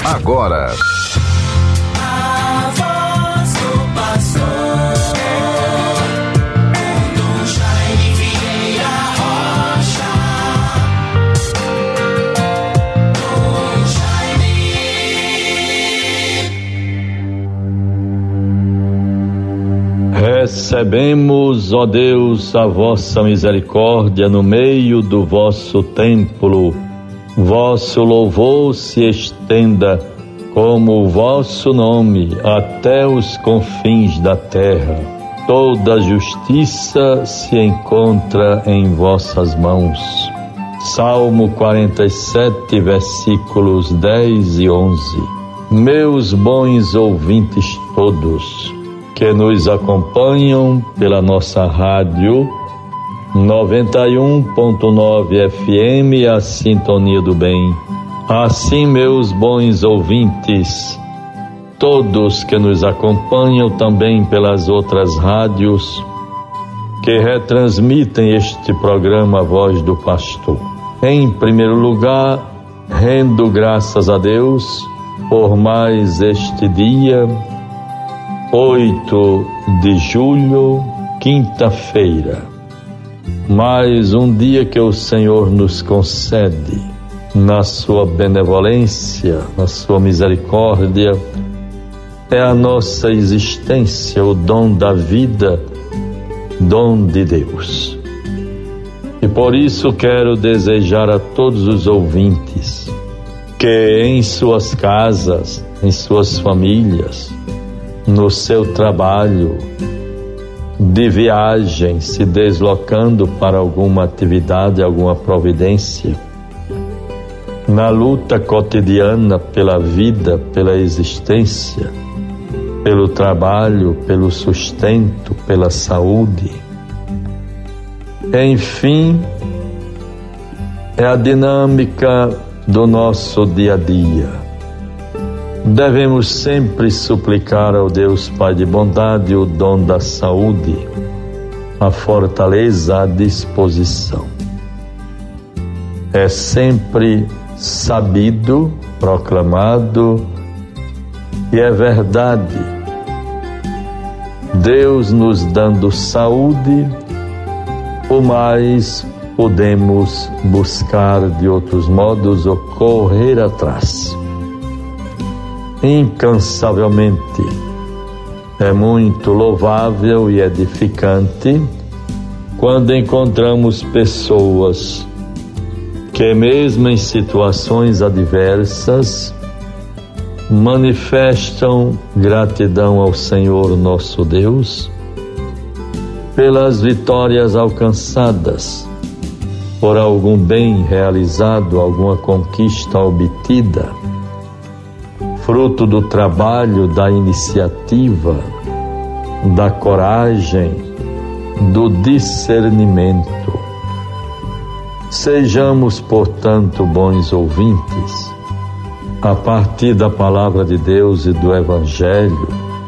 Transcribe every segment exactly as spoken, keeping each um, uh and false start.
agora. A voz do pastor, Dom Jaime Vieira Rocha. Dom Jaime. Recebemos, ó Deus, a vossa misericórdia no meio do vosso templo. Vosso louvor se estenda como o vosso nome até os confins da terra. Toda justiça se encontra em vossas mãos. Salmo quarenta e sete, versículos dez e onze. Meus bons ouvintes todos, que nos acompanham pela nossa rádio noventa e um ponto nove F M, a Sintonia do Bem. Assim, meus bons ouvintes, todos que nos acompanham também pelas outras rádios que retransmitem este programa Voz do Pastor. Em primeiro lugar, rendo graças a Deus por mais este dia, oito de julho, quinta-feira. Mais um dia que o Senhor nos concede, na sua benevolência, na sua misericórdia. É a nossa existência, o dom da vida, dom de Deus. E por isso quero desejar a todos os ouvintes que em suas casas, em suas famílias, no seu trabalho, de viagem, se deslocando para alguma atividade, alguma providência, na luta cotidiana pela vida, pela existência, pelo trabalho, pelo sustento, pela saúde. Enfim, é a dinâmica do nosso dia a dia. Devemos sempre suplicar ao Deus Pai de bondade o dom da saúde, a fortaleza, a disposição. É sempre sabido, proclamado, e é verdade. Deus nos dando saúde, o mais podemos buscar de outros modos ou correr atrás. Incansavelmente. É muito louvável e edificante quando encontramos pessoas que, mesmo em situações adversas, manifestam gratidão ao Senhor nosso Deus pelas vitórias alcançadas, por algum bem realizado, alguma conquista obtida, fruto do trabalho, da iniciativa, da coragem, do discernimento. Sejamos, portanto, bons ouvintes, a partir da palavra de Deus e do Evangelho,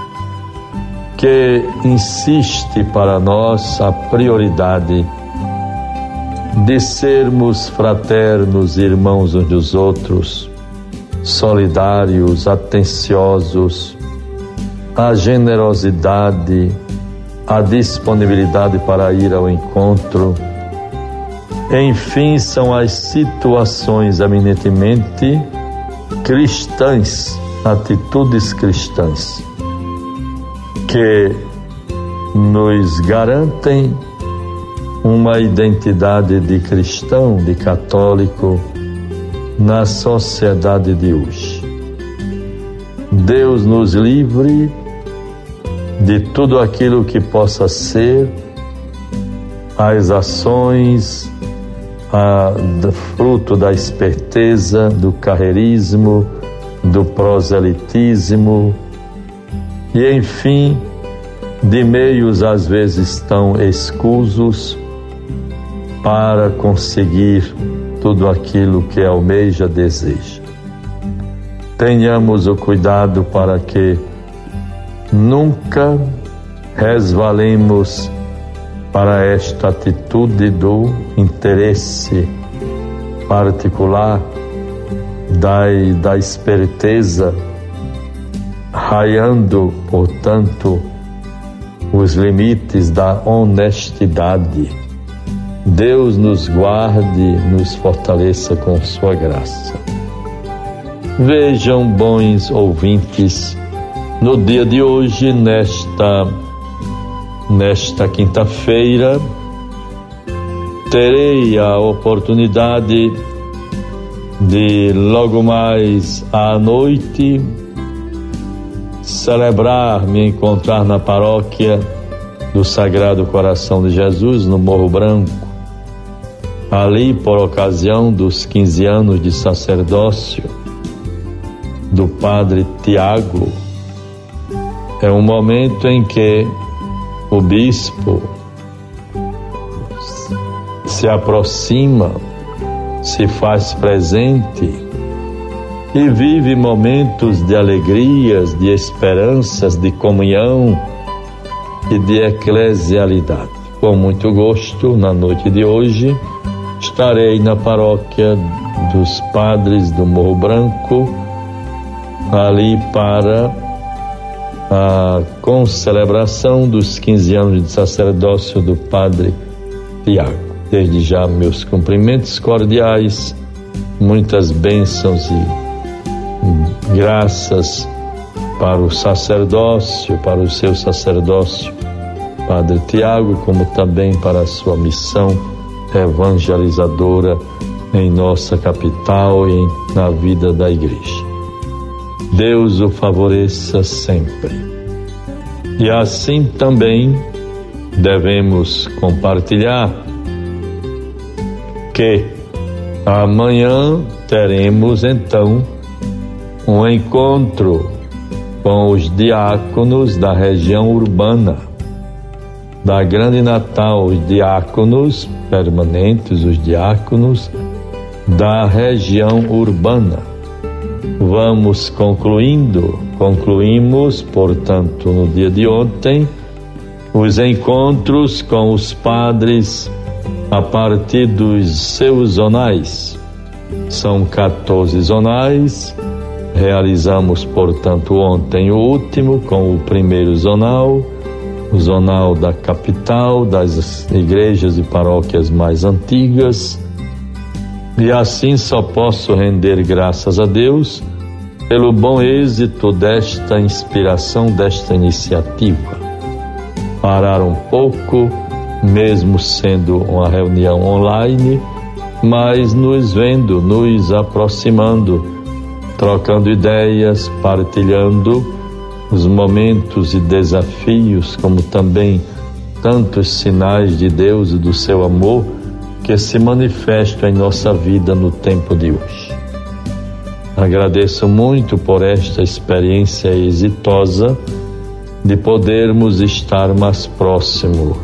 que insiste para nós a prioridade de sermos fraternos, irmãos uns dos outros, solidários, atenciosos, a generosidade, a disponibilidade para ir ao encontro. Enfim, são as situações eminentemente cristãs, atitudes cristãs, que nos garantem uma identidade de cristão, de católico, na sociedade de hoje. Deus nos livre de tudo aquilo que possa ser as ações a, do fruto da esperteza, do carreirismo, do proselitismo e, enfim, de meios às vezes tão escusos para conseguir tudo aquilo que almeja, deseja. Tenhamos o cuidado para que nunca resvalemos para esta atitude do interesse particular, dai da esperteza, raiando, portanto, os limites da honestidade. Deus nos guarde, nos fortaleça com sua graça. Vejam, bons ouvintes, no dia de hoje, nesta, nesta quinta-feira, terei a oportunidade de, logo mais à noite, celebrar, me encontrar na paróquia do Sagrado Coração de Jesus, no Morro Branco, ali por ocasião dos quinze anos de sacerdócio do Padre Tiago. É um momento em que o bispo se aproxima, se faz presente e vive momentos de alegrias, de esperanças, de comunhão e de eclesialidade. Com muito gosto, na noite de hoje, estarei na paróquia dos Padres do Morro Branco, ali para a concelebração dos quinze anos de sacerdócio do Padre Tiago. Desde já, meus cumprimentos cordiais, muitas bênçãos e graças para o sacerdócio, para o seu sacerdócio, Padre Tiago, como também para a sua missão evangelizadora em nossa capital e na vida da Igreja. Deus o favoreça sempre. E assim também devemos compartilhar que amanhã teremos então um encontro com os diáconos da região urbana da Grande Natal, os diáconos permanentes, os diáconos da região urbana. Vamos concluindo, concluímos, portanto, no dia de ontem, os encontros com os padres a partir dos seus zonais. São quatorze zonais. Realizamos, portanto, ontem o último com o primeiro zonal, o zonal da capital, das igrejas e paróquias mais antigas. E assim só posso render graças a Deus pelo bom êxito desta inspiração, desta iniciativa. Parar um pouco, mesmo sendo uma reunião online, mas nos vendo, nos aproximando, trocando ideias, partilhando os momentos e desafios, como também tantos sinais de Deus e do seu amor que se manifestam em nossa vida no tempo de hoje. Agradeço muito por esta experiência exitosa de podermos estar mais próximo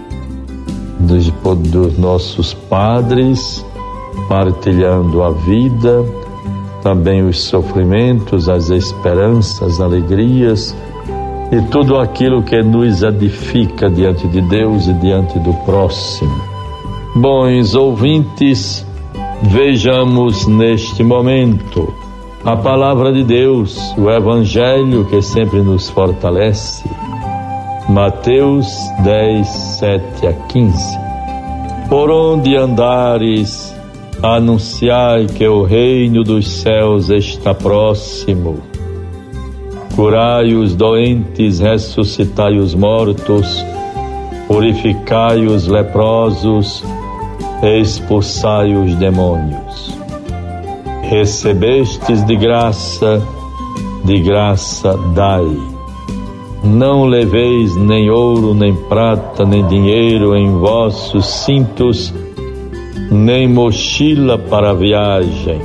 dos, dos nossos padres, partilhando a vida, também os sofrimentos, as esperanças, as alegrias e tudo aquilo que nos edifica diante de Deus e diante do próximo. Bons ouvintes, vejamos neste momento a palavra de Deus, o Evangelho que sempre nos fortalece. Mateus dez, sete a quinze. Por onde andares, anunciai que o reino dos céus está próximo. Curai os doentes, ressuscitai os mortos, purificai os leprosos, expulsai os demônios. Recebestes de graça, de graça dai. Não leveis nem ouro, nem prata, nem dinheiro em vossos cintos, nem mochila para a viagem,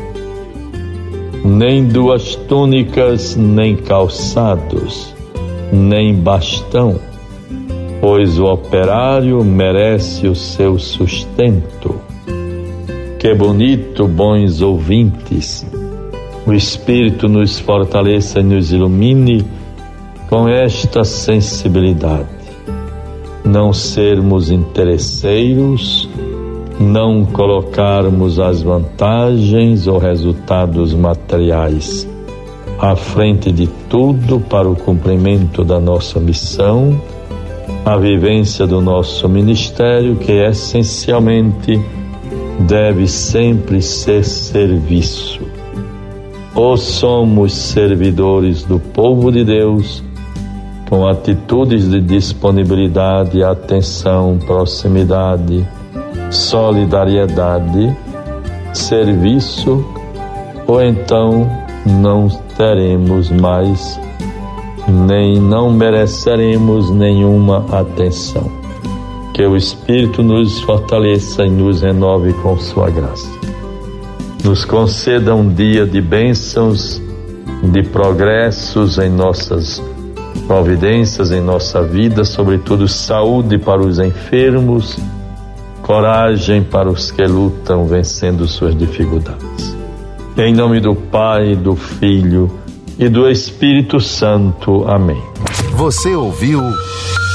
nem duas túnicas, nem calçados, nem bastão, pois o operário merece o seu sustento. Que bonito, bons ouvintes, o Espírito nos fortaleça e nos ilumine com esta sensibilidade. Não sermos interesseiros, não colocarmos as vantagens ou resultados materiais à frente de tudo para o cumprimento da nossa missão, a vivência do nosso ministério, que essencialmente deve sempre ser serviço. Ou somos servidores do povo de Deus, com atitudes de disponibilidade, atenção, proximidade, solidariedade, serviço, ou então não teremos mais, nem não mereceremos nenhuma atenção. Que o Espírito nos fortaleça e nos renove com sua graça. Nos conceda um dia de bênçãos, de progressos em nossas providências, em nossa vida, sobretudo saúde para os enfermos, coragem para os que lutam vencendo suas dificuldades. Em nome do Pai, do Filho e do Espírito Santo. Amém. Você ouviu